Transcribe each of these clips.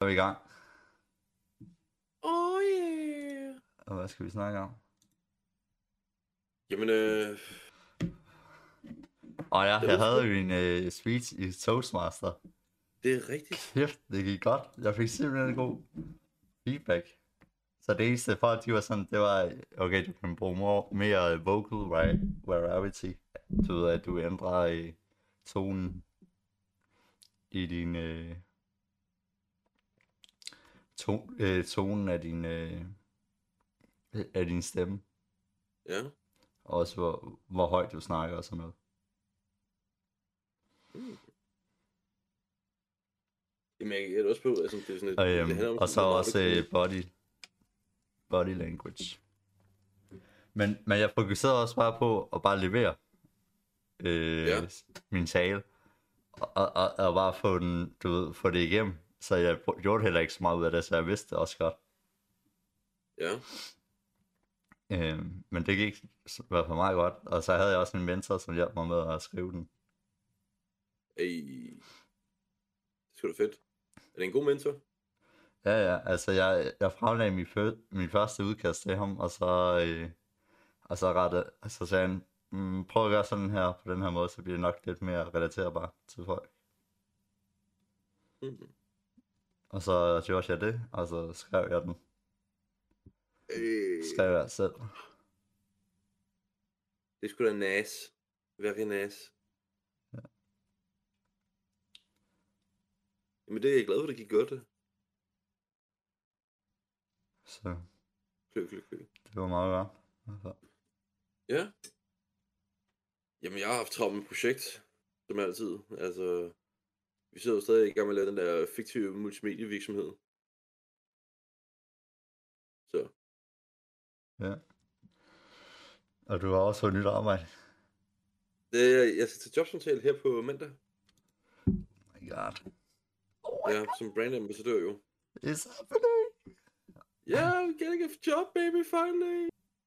vi i gang. Yeah. Og hvad skal vi snakke om? Jamen, Og jeg havde jo en speech i Toastmaster. det er rigtigt. Kæft, det gik godt. Jeg fik simpelthen en god feedback. Så det eneste folk, de var sådan, det var, okay, du kan bruge mere vocal variety. Du ved, at du ændrer tonen i din... tonen af din stemme. Ja. Og også hvor højt du snakker og sådan noget. Jamen, jeg er også på, altså, det er sådan et... det handler om, og så også body language. Men jeg fokuserede også bare på at bare levere min tale. Og bare få den, du ved, få det igennem. Så jeg gjorde heller ikke så meget ud af det, så jeg vidste det også godt. Ja. Men det gik i hvert fald meget godt. Og så havde jeg også en mentor, som hjalp mig med at skrive den. Det er sgu da fedt. Er det en god mentor? Ja, altså jeg fremlagde min første udkast til ham, og så sagde han, prøv at gøre sådan her, på den her måde, så bliver det nok lidt mere relaterbart til folk. Mm. Og så gjorde jeg det, og så skrev jeg den. Skrev jeg selv. Det er sgu da nice. Very nice. Ja. Jamen det er jeg glad for, det gik godt. Så Klø. det var meget godt. Ja. Jamen jeg har haft travlt med projekt, som altid. Altså, vi sidder jo stadig i gang med at lave den der fiktive multimedievirksomhed. Så. Ja. Og du har også fået nyt arbejde. Jeg skal til jobsamtale her på mandag. Oh my god. Ja, som brandambassadør jo. It's happening. Yeah, I'm getting a job, baby, finally.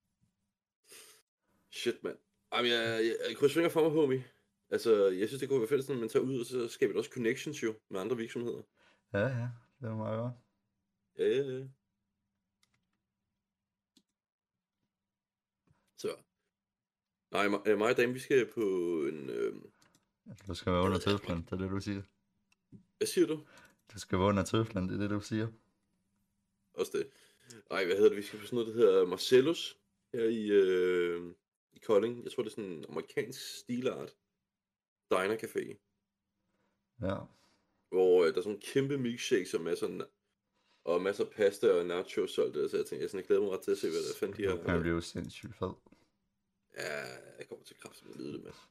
Shit, mand. Jamen, jeg krydser fingre for mig, homie. Altså, jeg synes, det kunne være fedt, at man tager ud, og så skaber det også connections jo, med andre virksomheder. Ja, det var meget godt. Ja. Så. Nej, mig og Dame, vi skal på en... Du skal være under tøflen, det er det, du siger. Hvad siger du? Du skal være under tøflen, det er det, du siger. Også det. Nej, hvad hedder det? Vi skal på sådan noget, der hedder Marcellus, her i Kolding. Jeg tror, det er sådan en amerikansk stilart diner café. Ja. Hvor der er sådan en kæmpe milkshake, som er sådan... Og masser af pasta og nachos solgt. Så jeg tænkte, jeg glæder mig ret til at se, hvad der fandt de her. Det kan blive sindssygt fed. Ja, jeg kommer til kraft med at lyde det, mand.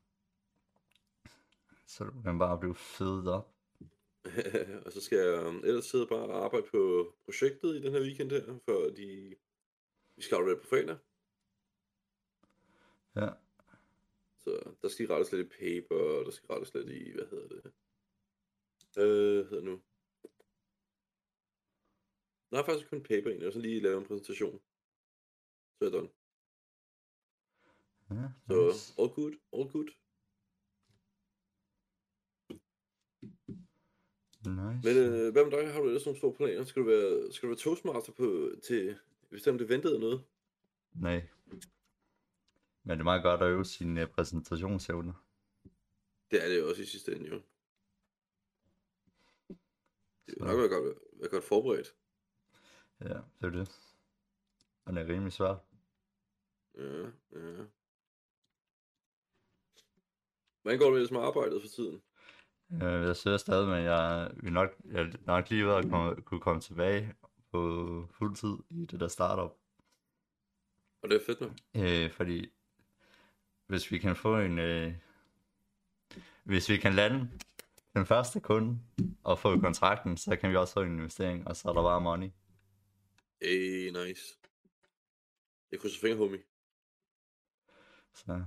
Så du kan bare blive fedet op. Og så skal jeg ellers sidde bare og arbejde på projektet i den her weekend her, for vi skal aflevere på fredag. Ja. Så der skal rettes lidt i paper, og der skal rettes lidt i, hvad hedder det? Hedder nu? Nej, faktisk kun paper egentlig, og så lige lave en præsentation. Så er jeg done. Ja, så nice. all good. Nice. Men hvad med dig? Har du ellers nogle store planer? Skal du være toastmaster til bestemt event eller noget? Nej. Men det er meget godt at øve sine præsentationsevner. Det er det jo også i sidste ende, jo. Det er nok være godt forberedt. Ja, det er det. Og det er rimelig svært. Ja. Hvordan går det ellers med arbejdet for tiden? Jeg søger stadig, men jeg er nok lige ved at kunne komme tilbage på fuld tid i det der startup. Og det er fedt nok. Fordi hvis vi kan lande den første kunde og få kontrakten, så kan vi også få en investering, og så er der bare money. Nice. Jeg krydser fingre, homie. Så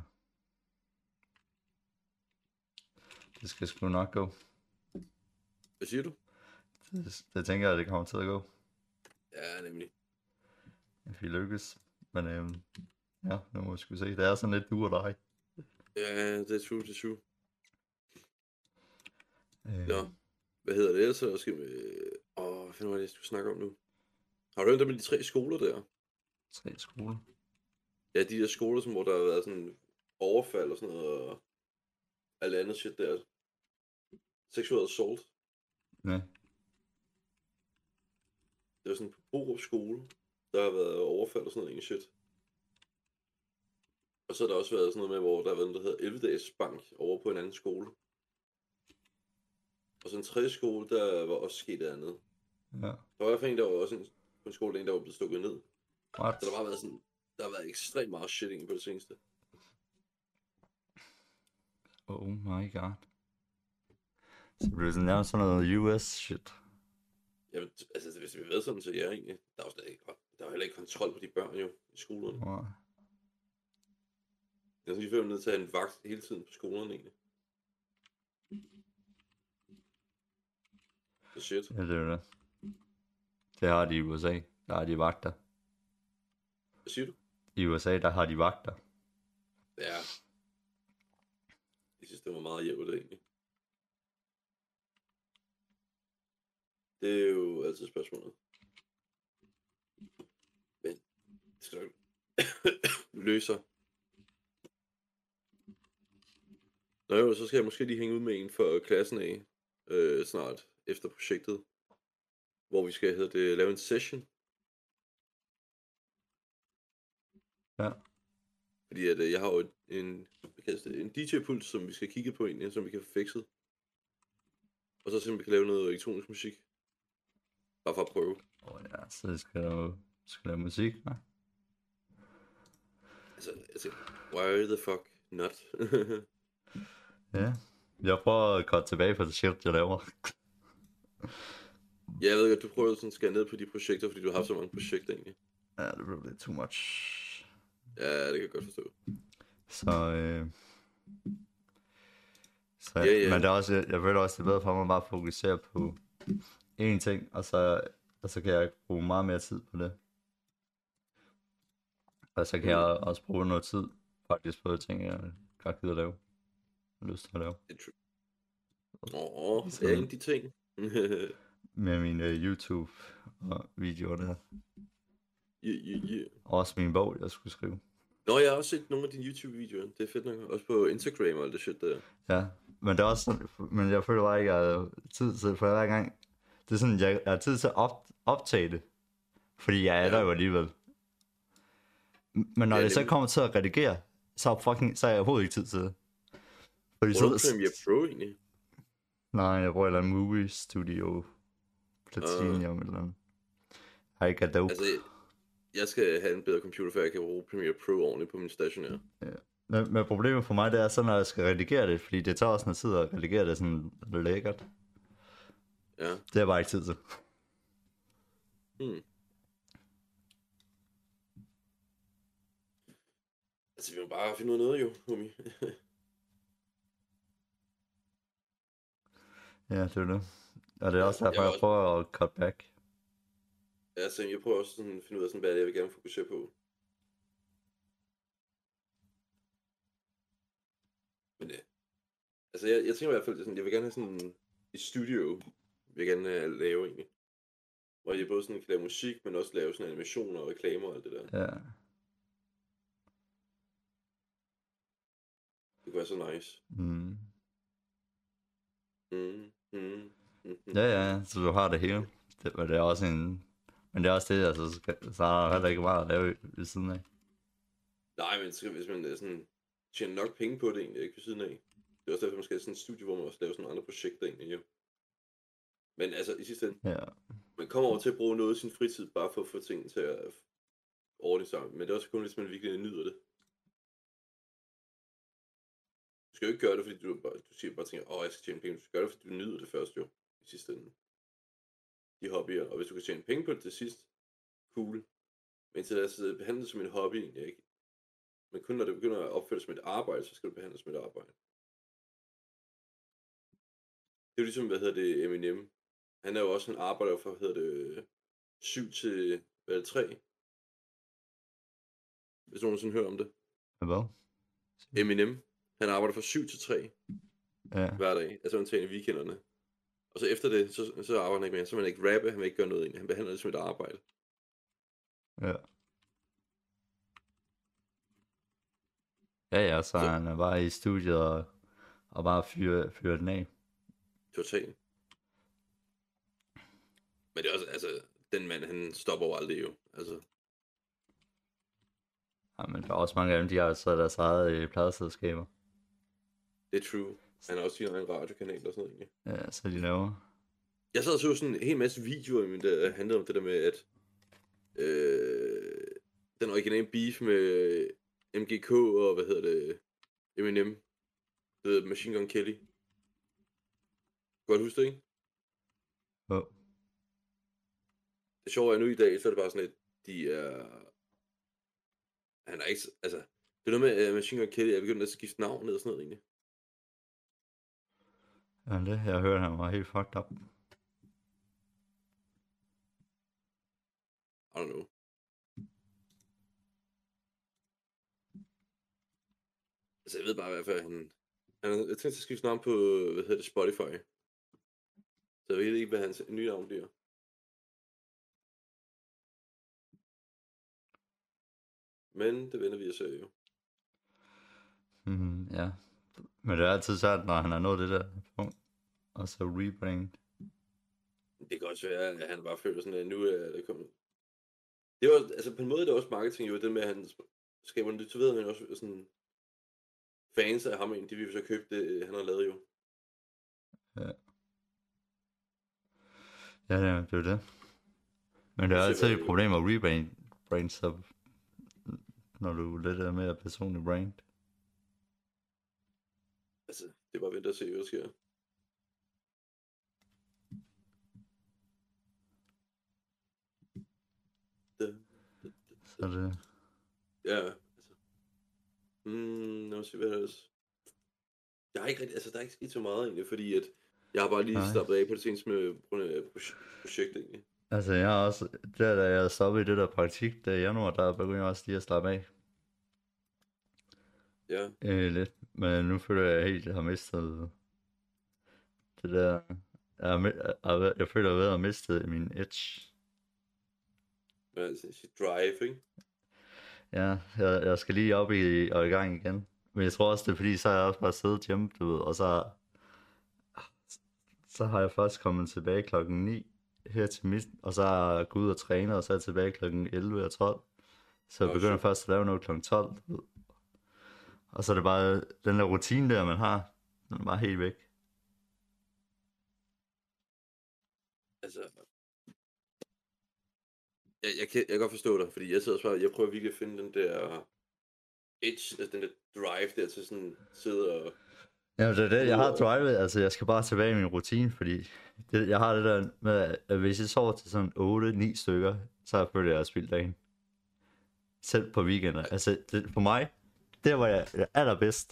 det skal sgu nok gå. Hvad siger du? Det tænker jeg, det kommer til at gå. Ja, nemlig. Hvis vi lykkes. Men ja, nu må vi sgu se. Det er sådan lidt du og dig. Ja, det er true. Ja. Hvad hedder det ellers? hvad fanden var det, du snakker om nu? Har du hørt om de 3 skoler der? 3 skoler. Ja, de der skoler, hvor der har været sådan overfald og sådan noget, og alt andet shit der. Sexual assault. Ja. Det var sådan på Borup skole, der har været overfald og sådan noget egentlig shit. Og så har der også været sådan noget med, hvor der har været noget, der hedder 11-dages bank over på en anden skole. Og så en tredje skole, der var også sket andet. Ja. Der var i hvert fald en, der var også på en skole, der var blevet stukket ned. What? Så der har bare været sådan, der har været ekstremt meget shitting på det seneste. Oh my god. Så det bliver sådan nærmest sådan noget US shit. Jamen, altså hvis vi ved sådan, så ja egentlig, der er jo stadig ikke, der er heller ikke kontrol på de børn jo, i skolerne. Wow. Jeg er lige før nødt til at have en vagt hele tiden på skolerne egentlig. Så shit. Ja, det er det. Det har de i USA. Der har de vagter. Hvad siger du? I USA, der har de vagter. Ja. Jeg synes, det var meget jævnt egentlig. Det er jo altid spørgsmålet. Men det skal nok løse. Nå jo, så skal jeg måske lige hænge ud med en for klassen af snart efter projektet. Hvor vi skal lave en session. Ja. Fordi at, jeg har jo en DJ-pult, som vi skal kigge på egentlig, som vi kan få fikset. Og så simpelthen vi kan lave noget elektronisk musik. Bare for at prøve. Ja, så skal du lave musik, hva'? Altså, why the fuck not? Ja. Jeg prøver at gå tilbage på det shit, jeg laver. Ja, jeg ved godt, du prøver sådan at skære ned på de projekter, fordi du har så mange projekter egentlig. Ja, det blev lidt too much. Ja, det kan jeg godt forstå. Ja. Men det er også, jeg føler også, det er bedre for mig at bare fokusere på én ting, og så kan jeg bruge meget mere tid på det. Og så kan jeg også bruge noget tid faktisk på ting, jeg godt gider at lave. Jeg har lyst til at lave. Det er en af de ting. Med mine YouTube og videoer der. Yeah. Og også min bog, jeg skulle skrive. Nå, jeg har også set nogle af dine YouTube-videoer. Det er fedt nok. Også på Instagram og alt det shit der. Ja, men det er også sådan, men jeg føler bare ikke, at jeg har tid til, for hver gang. Det er sådan, jeg har tid til at optage det. Fordi jeg er der jo alligevel. Men når det så kommer til at redigere, så har jeg overhovedet ikke tid til det. Fordi Bruger du Premiere Pro egentlig? Nej, jeg bruger et eller andet movie studio. Platinum eller noget. Har ikke Adobe. Altså, jeg skal have en bedre computer, før jeg kan bruge Premiere Pro ordentligt på min stationær. Ja. Men problemet for mig, det er så, når jeg skal redigere det, fordi det tager også noget tid at redigere det sådan lækkert. Ja. Det er bare ikke tid til. Altså, vi må bare finde ud af noget jo, homie. Ja, det er det. Og det er også derfor, jeg prøver at cut back. Ja, så jeg prøver også sådan at finde ud af, sådan, hvad det er, jeg vil gerne fokusere på. Men ja. Altså, jeg tænker i hvert fald, sådan, jeg vil gerne have sådan et studio, vil jeg gerne lave egentlig. Hvor jeg både sådan kan lave musik, men også lave sådan animationer og reklamer og alt det der. Ja. Det kunne være så nice. Ja, så du har det hele. Det er også en... Men det er også det, altså, så er der heller ikke meget at lave ved siden af. Nej, men hvis man sådan, tjener nok penge på det egentlig, ikke ved siden af. Det er også derfor, man skal have sådan et studie, hvor man også laver sådan nogle andre projekter egentlig, jo. Men altså, i sidste ende, man kommer over til at bruge noget af sin fritid, bare for at få tingene til at ordne sammen. Men det er også kun, hvis man virkelig nyder det. Du skal jo ikke gøre det, fordi du bare tænker, jeg skal tjene penge. Du skal gøre det, fordi du nyder det først, jo, i sidste ende. De hobbyer, og hvis du kan tjene penge på det til sidst, cool. Men til at behandle det som en hobby egentlig ikke. Men kun når det begynder at opføre som et arbejde, så skal du behandle det som et arbejde. Det er jo ligesom, Eminem. Han er jo også en arbejder for, 7 til 3. Hvis nogen sådan hører om det. Hvad? Eminem. Han arbejder fra 7 til 3 hver dag, altså undtagen i weekenderne. Og så efter det, så arbejder han ikke mere. Så vil han ikke rappe, han vil ikke gøre noget egentlig. Han behandler det som et arbejde. Ja. Ja, så Så han er bare i studiet og bare fyrer den af. totalt. Men det er også, altså, den mand, han stopper jo aldrig jo. Altså, Ja, men der er også mange af dem, de har så deres eget pladeselskaber. det er true. Han har også sin egen radiokanal og sådan noget egentlig. Ja, så de laver. Jeg sad og så sådan en hel masse videoer, der handlede om det der med, at den originale beef med MGK og, hvad hedder det, Eminem, det hedder Machine Gun Kelly. Godt huske det, ikke? Ja. Det sjove er nu i dag, så er det bare sådan, at de er... Han er ikke... Altså, det er noget med, at Machine Gun Kelly er begyndt at skifte navn ned og sådan noget, egentlig. Ja, det jeg hørte, han var helt fucked up. I don't know. Altså, jeg ved bare i hvert fald, han har tænkt sig at skifte navn på, hvad hedder det, Spotify. Så jeg ved ikke, hvad hans nye navn bliver. Men det vender vi at se jo. Ja. Men det er altid svært, når han har nået det der punkt. Og så rebrand. Det kan også være, at han bare føler sådan, at nu er det kommet. Det var, altså på en måde er det også marketing jo, det med, at han skaber en så ved man også sådan fans af ham egentlig, de vil så købe det, han har lavet jo. Ja. Ja, det er jo det. Men det er altid et problem at rebrand så, når du lidt er mere personlig brand. Altså, det er bare vent at se, hvad der sker. Så det... Ja, altså. Lad mig se, hvad der er. Jeg har ikke rigtig, altså der er ikke sket så meget egentlig, fordi at jeg har bare lige stoppet af på det seneste med projektet egentlig. Altså jeg har også, da jeg stoppede i det der praktik, der i januar, der begyndte jeg også lige at slappe af. Ja. Lidt, men nu føler jeg helt, at jeg har mistet det der, jeg føler, at jeg har mistet min edge. Ja, altså drive, ikke? Ja, jeg skal lige op i gang igen. Men jeg tror også, det er fordi, så har jeg også bare siddet hjemme, du ved, og så har jeg først kommet tilbage klokken 9 her til midt, og så har jeg gået ud og trænet, og så er jeg tilbage klokken 11 og 12. Så jeg begynder først at lave noget klokken 12, du ved. Og så er det bare den der rutine der, man har, den er bare helt væk. Altså, jeg kan godt forstå dig, fordi jeg sidder også bare, jeg prøver virkelig at finde den der edge, altså den der drive der til sådan sidde og... Ja, det er det, jeg har drivet, altså jeg skal bare tilbage i min rutine, fordi jeg har det der med, at hvis jeg sover til sådan 8-9 stykker, så har jeg følt, at jeg har spildt dagen. Selv på weekender. Altså for mig, der hvor jeg er allerbedst,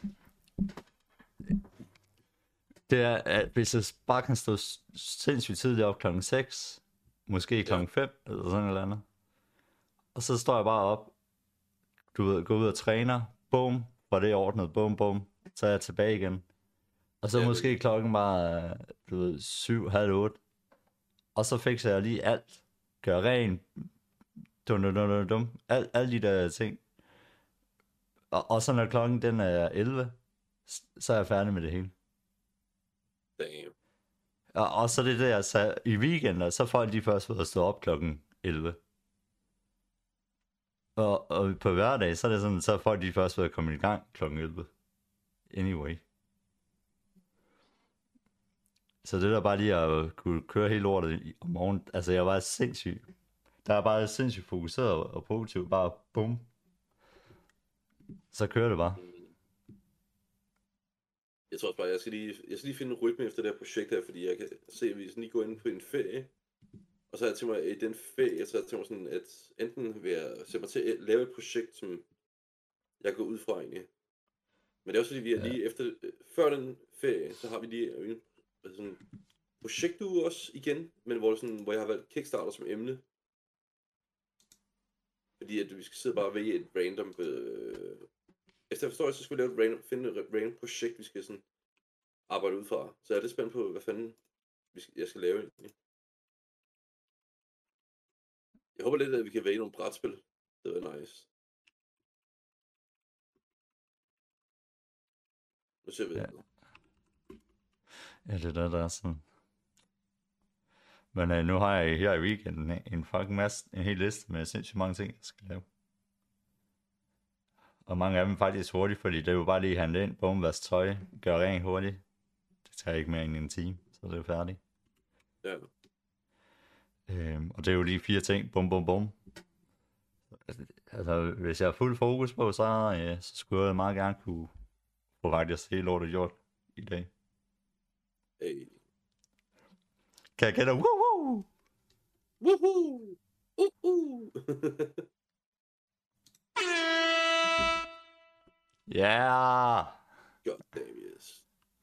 det er, at hvis jeg bare kan stå sindssygt tidligt op klokken 6, måske klokken 5, eller sådan noget andet, og så står jeg bare op, du ved, går ud og træner, bum, var det ordnet, bum, bum, så er jeg tilbage igen. Og så måske klokken bare, du ved, 7, halv 8, og så fikser jeg lige alt, gør ren, alle de der ting. Og så når klokken den er 11, så er jeg færdig med det hele. Damn. Og så det der, så i weekender, så folk de først ved at stå op klokken 11. Og på hverdag, så er det sådan, så er folk de først ved at komme i gang klokken 11. Anyway. Så det der bare lige at kunne køre hele lortet om morgenen, altså jeg var sindssygt. Der er bare sindssygt fokuseret og positivt, bare bum. Så kører det bare. Jeg tror også bare, jeg skal lige finde en rytme efter det her projekt her, fordi jeg kan se, at vi lige går ind på en ferie. Og så har jeg tænkt mig, i den ferie, så har jeg tænkt mig sådan, at enten vil jeg sætte mig til at lave et projekt, som jeg går ud fra egentlig. Men det er også fordi, vi er lige efter, før den ferie, så har vi lige sådan en projektuge også igen, men hvor jeg har valgt Kickstarter som emne. Fordi at vi skal sidde bare og vælge et random... efter jeg forstår det, så skal vi lave finde et random projekt, vi skal sådan arbejde ud fra. Så jeg er lidt spændt på, hvad fanden jeg skal lave egentlig. Jeg håber lidt, at vi kan vælge nogle brætspil. Det var nice. Nu ser vi Ja. det. Ja, det er der er sådan. Men nu har jeg her i weekenden en fucking masse, en hel liste med sindssygt mange ting, jeg skal lave. Og mange af dem faktisk hurtigt, fordi det er jo bare lige handle ind, bum, vask tøj, gør rent hurtigt. Det tager ikke mere end en time, så det er jo færdigt. Ja. Og det er jo lige 4 ting, bum, bum, bum. Altså, hvis jeg har fuld fokus på, så skulle jeg meget gerne kunne få faktisk hele lortet gjort i dag. Hey. Kan jeg gætte? Woohoo! Woohoo! Yeah! God damn yes.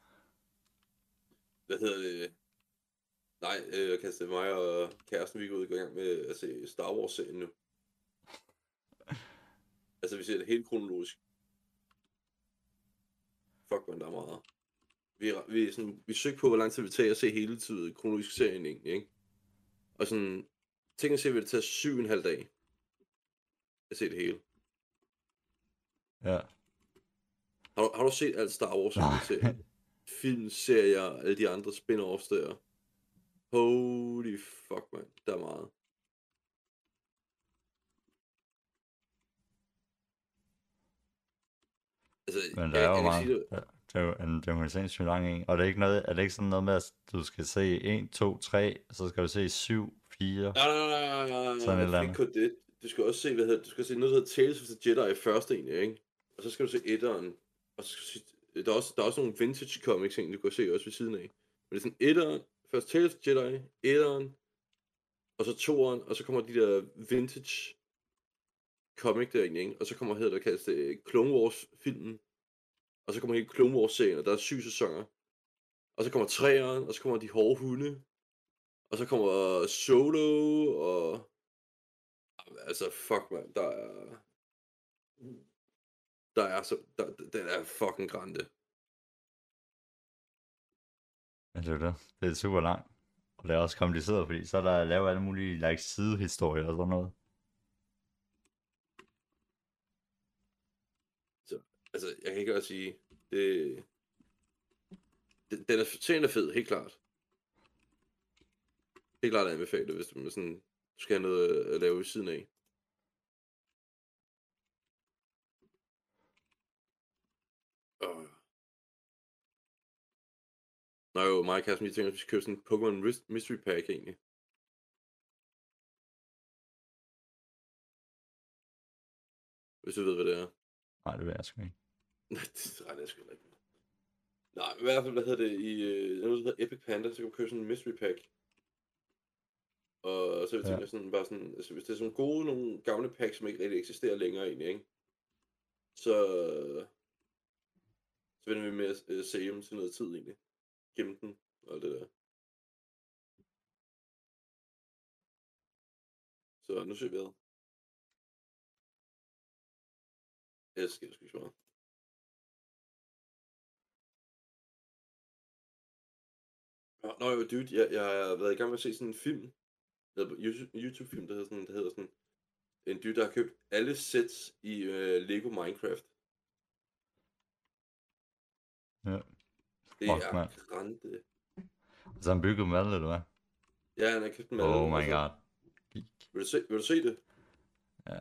Hvad hedder det? Nej, Kaste, mig og kæresten, vi går ud i gang med at se Star Wars-serien nu. Altså, vi ser det helt kronologisk. Fuck, man, der er meget. Vi søgte på, hvor lang tid vi tager at se hele tiden kronologisk serien egentlig, ikke? Og sådan, tænk at se, at det tager 7,5 dage at se det hele. Ja. Har du set alt Star Wars serien? Film, serier, alle de andre spin-offs der? Holy fuck, man. Der er meget. Altså, Men der er jo meget. Det er jo en sindssygt lang en. Og det er ikke noget, er det ikke sådan noget med, at du skal se 1, 2, 3, og så skal du se 7, 4? Nej. Sådan et eller andet. Ikke kun det. Du skal også se, du skal se noget, der hedder Tales of the Jedi først egentlig, ikke? Og så skal du se etteren. Og så skal du se, der er også nogle vintage comics, du kan se også ved siden af. Men det er sådan etteren, først Tales of the Jedi, etteren, og så toeren, og så kommer de der vintage comic der egentlig, ikke? Og så kommer, der kaldes det Clone Wars filmen. Og så kommer hele Clone Wars serien, og der er 7 sæsoner. Og så kommer 3'eren, og så kommer de hårde hunde. Og så kommer Solo, og... Altså, fuck, man, den er fucking grande. Men det er det. Det er super langt. Og det er også kompliceret, fordi så er der lavet alle mulige like, sidehistorier og sådan noget. Så, altså, jeg kan ikke også sige, serien er fed, helt klart. Helt klart at anbefale, hvis du sådan, skal have noget at lave ved siden af. Nå jo, mig og Kasper, vi tænker, at vi skal købe sådan en Pokémon Mystery Pack egentlig. Hvis du ved, hvad det er. Nej, det ved jeg sgu ikke. Nej, det regner jeg sgu ikke. Nej, i hvert fald, hvad hedder det, i noget, der hedder Epic Panda, så kan du købe sådan en Mystery Pack. Og så tænker jeg sådan, bare sådan, altså hvis det er sådan nogle gamle packs, som ikke rigtig eksisterer længere egentlig, ikke? Så vender vi med at save dem til noget tid egentlig. Gemme den og alt det der. Så nu ser vi ad. Jeg skal sgu ikke så meget. Nå jo, dude, jeg har været i gang med at se sådan en film. YouTube-film, der hedder sådan en dude, der har købt alle sets i Lego Minecraft. Ja. Det er grande. Så han bygget med eller hvad? Ja, han har købt dem alle. Oh my god. Vil du se det? Ja.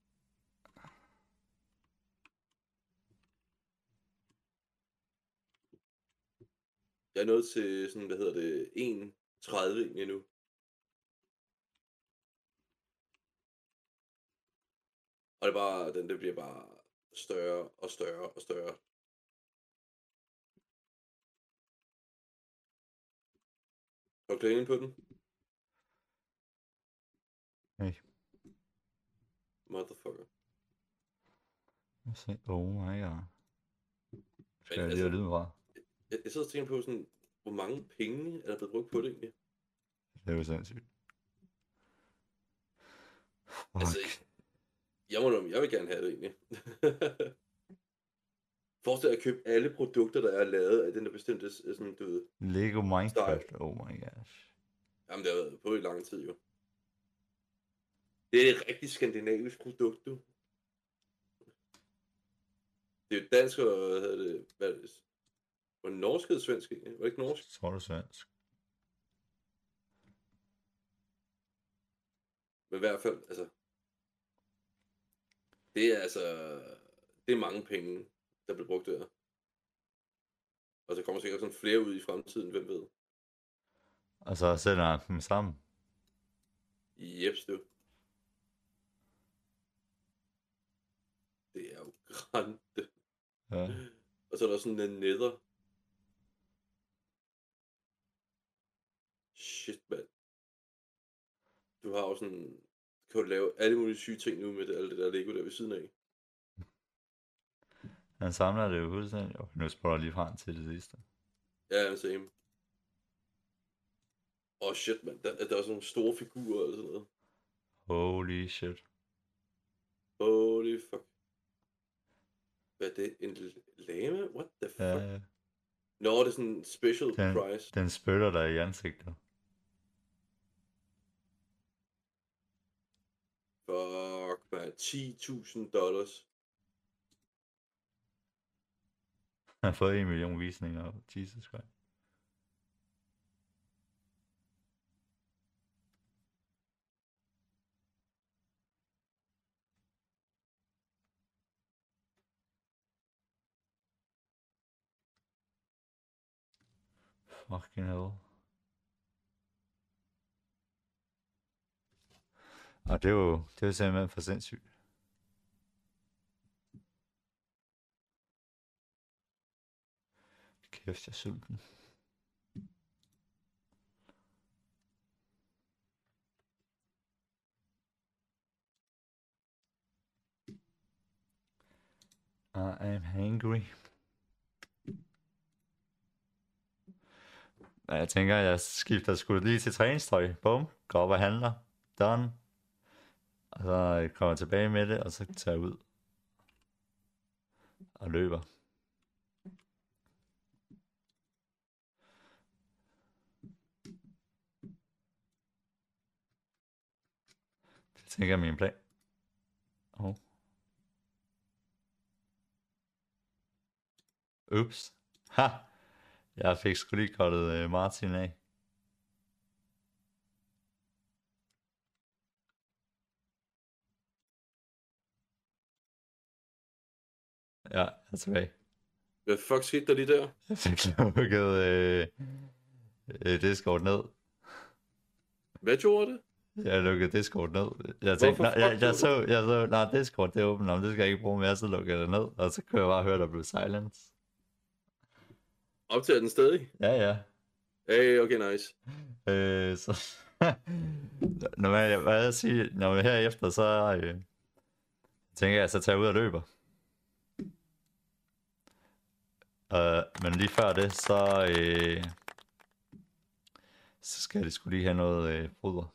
Jeg er nået til sådan, 1.30 egentlig nu. Og det bliver bare større og større og større. Har du klikket ind på den? Nej. Motherfucker. Oh my god. Skal jeg lige have lyden fra? Jeg sidder og tænker på sådan, hvor mange penge er der blevet brugt på det egentlig? Det er jo sindssygt. Altså, jeg vil gerne have det egentlig. Forestil dig at købe alle produkter, der er lavet af den der bestemte, sådan, du ved... Lego Minecraft, oh my gosh. Jamen, det har været på i lang tid, jo. Det er et rigtig skandinavisk produkt, du. Det er jo dansk, og hvad er det? Var det norsk eller svensk egentlig? Var det ikke norsk? Så er det svensk. Men i hvert fald, altså... Det er altså... Det er mange penge, der bliver brugt der. Og så kommer sikkert sådan flere ud i fremtiden, hvem ved? Og så sætter han dem sammen. Jeps, du. Det er jo grande. Ja. Og så er der sådan en nether. Shit, mand. Du har jo sådan... Kan du lave alle mulige syge ting nu med alt det der Lego der ved siden af? Han samler det jo fuldstændig. Og nu spørger jeg lige frem til det sidste. Ja, same. Shit, mand. Der er også nogle store figurer eller sådan noget. Holy shit. Holy fuck. Hvad er det? En lame? What the fuck? Ja. Nå, det er sådan en special price. Den spytter dig i ansigtet. Fuck, man. $10,000. Han har fået 1 million visninger. Jesus Christ. Fucking hell. Og det er jo simpelthen for sindssygt. Kæft, jeg er sulten. I am hungry. Jeg tænker, jeg skifter sgu lige til træningstøj. Bum, går op og handler. Done. Og så kommer jeg tilbage med det, og så tager jeg ud. Og løber. Det tænker jeg min plan. Ups. Ha! Jeg fik sgu lige kortet Martin af. Ja, jeg er tilbage. Hvad fuck skete der lige der? Jeg fik lukket Discord ned. Hvad gjorde det? Jeg lukkede Discord ned. Jeg tænkte, jeg så, nej, Discord det er åbent, om det skal jeg ikke bruge mere, så lukkede jeg det ned. Og så kunne jeg bare høre, der blev silence. Optager den stadig? Ja. Hey, okay, nice. Så når jeg herefter, så tænker jeg, så tager jeg ud og løber. Men lige før det, så skal jeg sgu lige have noget foder.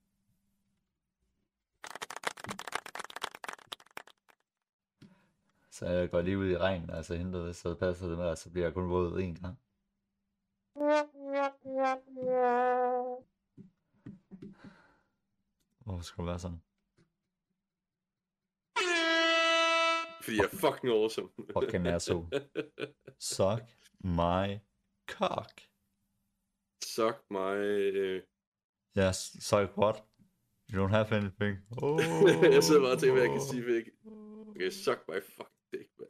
Så jeg går lige ud i regnen, og så henter det, så passer det med, og så bliver jeg kun våd en gang. Hvorfor skulle det være sådan? Fordi jeg er fucking awesome. Fucking asshole. Suck my cock. Suck my... Yes, suck what? You don't have anything. Oh. Jeg sidder bare og tænker, hvad jeg kan sige, for ikke... Okay, suck my fucking dick, man.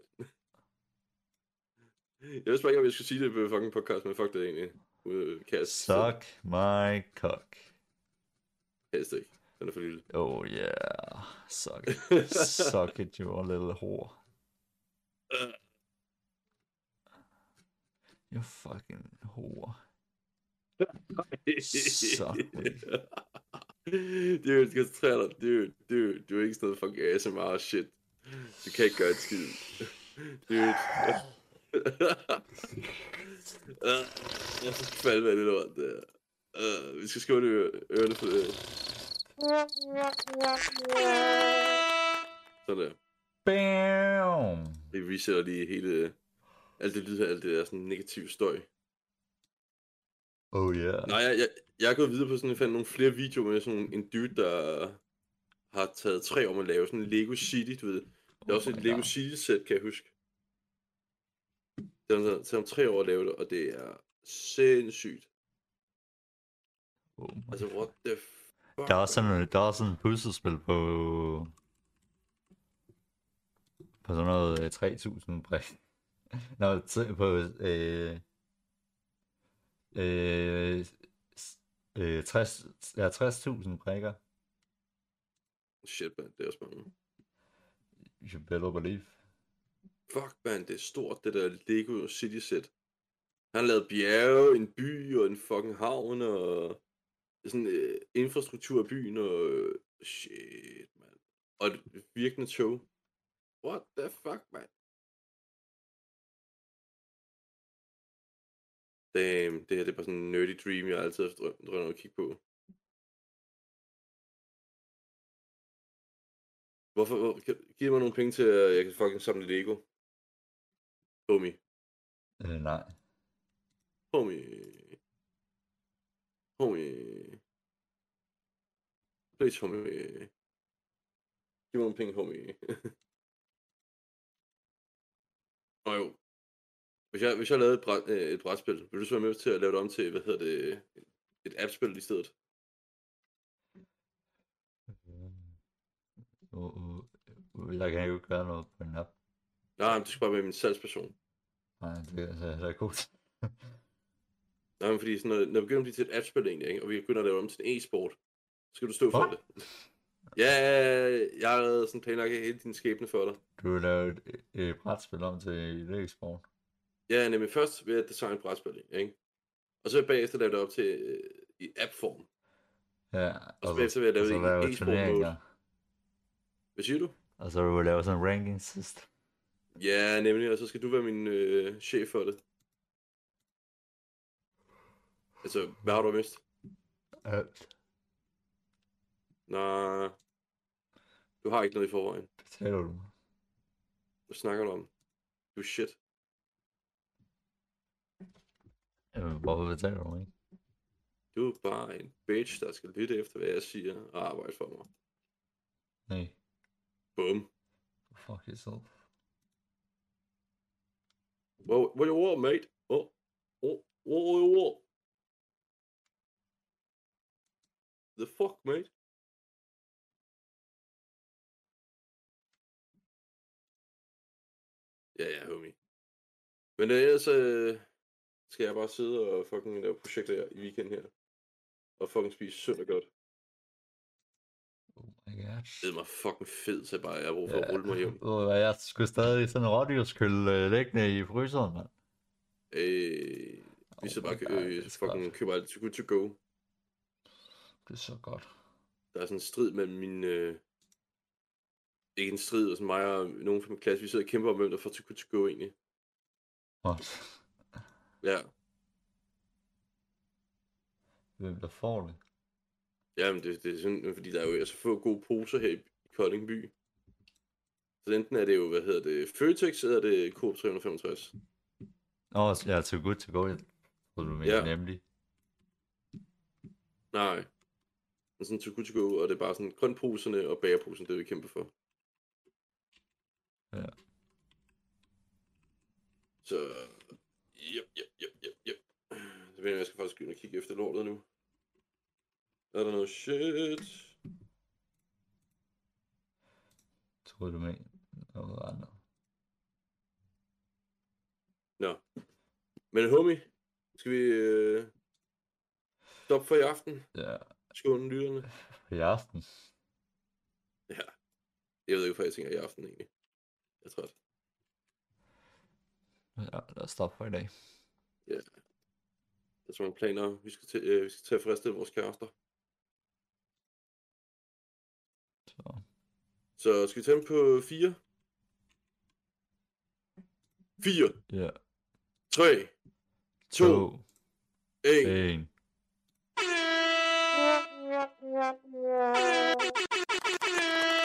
Jeg vidste bare ikke, om jeg skulle sige det på fucking podcast, men fuck det egentlig. Suck my cock. Helst ikke. Den er for lille. Oh yeah. Suck it. Suck it, you little whore. You fucking whore. Suck me. Dude, skal træne dig. Dude, du er ikke sådan noget fucking ASMR shit. Du kan ikke gøre et skid. Dude. Jeg skal falde med det lort der. Vi skal skåle ørerne for det. Sådan der. Bam! Vi resetter lige hele alt det lyd her, alt det der sådan negativ støj. Oh yeah. Nej, jeg er gået videre på sådan, jeg fandt nogle flere videoer med sådan en dude, der har taget 3 år med at lave sådan en Lego City, du ved. Det er også et Lego City-sæt, kan jeg huske. Det har taget 3 år at lave det, og det er sindssygt. Altså, what the fuck? Der er også sådan et puslespil på sådan noget 3.000 bræk. Nå, på 60.000 brækker. Shit, man, det er også mange. You better believe. Fuck, man, det er stort, det der Lego City-sæt. Han har lavet bjerge, en by og en fucking havn og sådan infrastruktur af byen og shit, man. Og et virkende tog. What the fuck, man? Damn, det her det er bare sådan en nerdy dream, jeg altid har drømt om at kigge på. Giv mig nogle penge til, at jeg kan fucking samle Lego. Homie. Nej. Homie. Please, homie. Giv mig nogle penge, homie. Og jo. Hvis jeg lavede et brætspil, vil du så være med til at lave det om til, et appspil i stedet? Der kan jeg jo ikke gøre noget på en app. Nej, men det skal bare være min salgsperson. Nej, det er godt. Nej, men fordi sådan, når vi begynder at blive til et appspil egentlig, ikke? Og vi begynder at lave det om til en e-sport, så skal du stå for det. Ja, jeg har lavet sådan planlagt hele din skæbne for dig. Du har lavet et brætspil om til et e-sport. Ja, nemlig først ved at designe et brætspil, ikke? Og så bagefter lave det op til i app-form. Ja, og så bagefter vil jeg lave det i e-sport-mode. Hvad siger du? Og så vil du lave sådan en ranking system. Ja, nemlig, og så skal du være min chef for det. Altså, hvad har du mest? Alt. Nej, du har ikke noget i forvejen. Betaler du? Hvad snakker du om? Du er shit. Jamen, hvorfor betaler du ikke? Du er bare en bitch, der skal lytte efter, hvad jeg siger, og arbejde for mig. Nej. Bum. Fuck yourself. What you want, mate? What you want? The fuck, mate? Ja, homie. Men ellers skal jeg bare sidde og fucking lave projekter her i weekenden her. Og fucking spise sundt og godt. Oh my god. Det er mig fucking fed, så jeg har brug for at rulle mig hjem. Jeg skulle stadig sådan en rådyrskøl liggende i fryseren, mand. Vi så bare fucking køber alt too good to go. Det er så godt. Der er sådan en strid mellem min... ikke en strid, og sådan mig og nogen fra min klasse, vi sidder og kæmper om, hvem der får too good to go egentlig. What? Ja. Hvem der får det? Jamen, det er sådan, fordi der er jo så få gode poser her i Kolding by. Så enten er det jo, Føtex, eller er det Coop 365. Jeg er too good to go, tror du mener nemlig. Nej. Men sådan too good to go, og det er bare sådan grønposerne og bagerposerne, det vi kæmper for. Ja. Så... Yep. Det mener jeg skal faktisk begynde at kigge efter lortet nu. Er der noget shit? Tror du med noget andet? Nå. Men homie, skal vi stoppe for i aften? Ja. Skåne lytterne. I aften? Ja. Jeg ved ikke, hvad jeg tænker i aften egentlig. Jeg er træt. Ja, lad os stoppe for i dag. Ja. Der er så mange planer. Vi skal til at friste vores kærester. Så skal vi tage dem på 4? 4. Ja. 3. 2. 1. 1.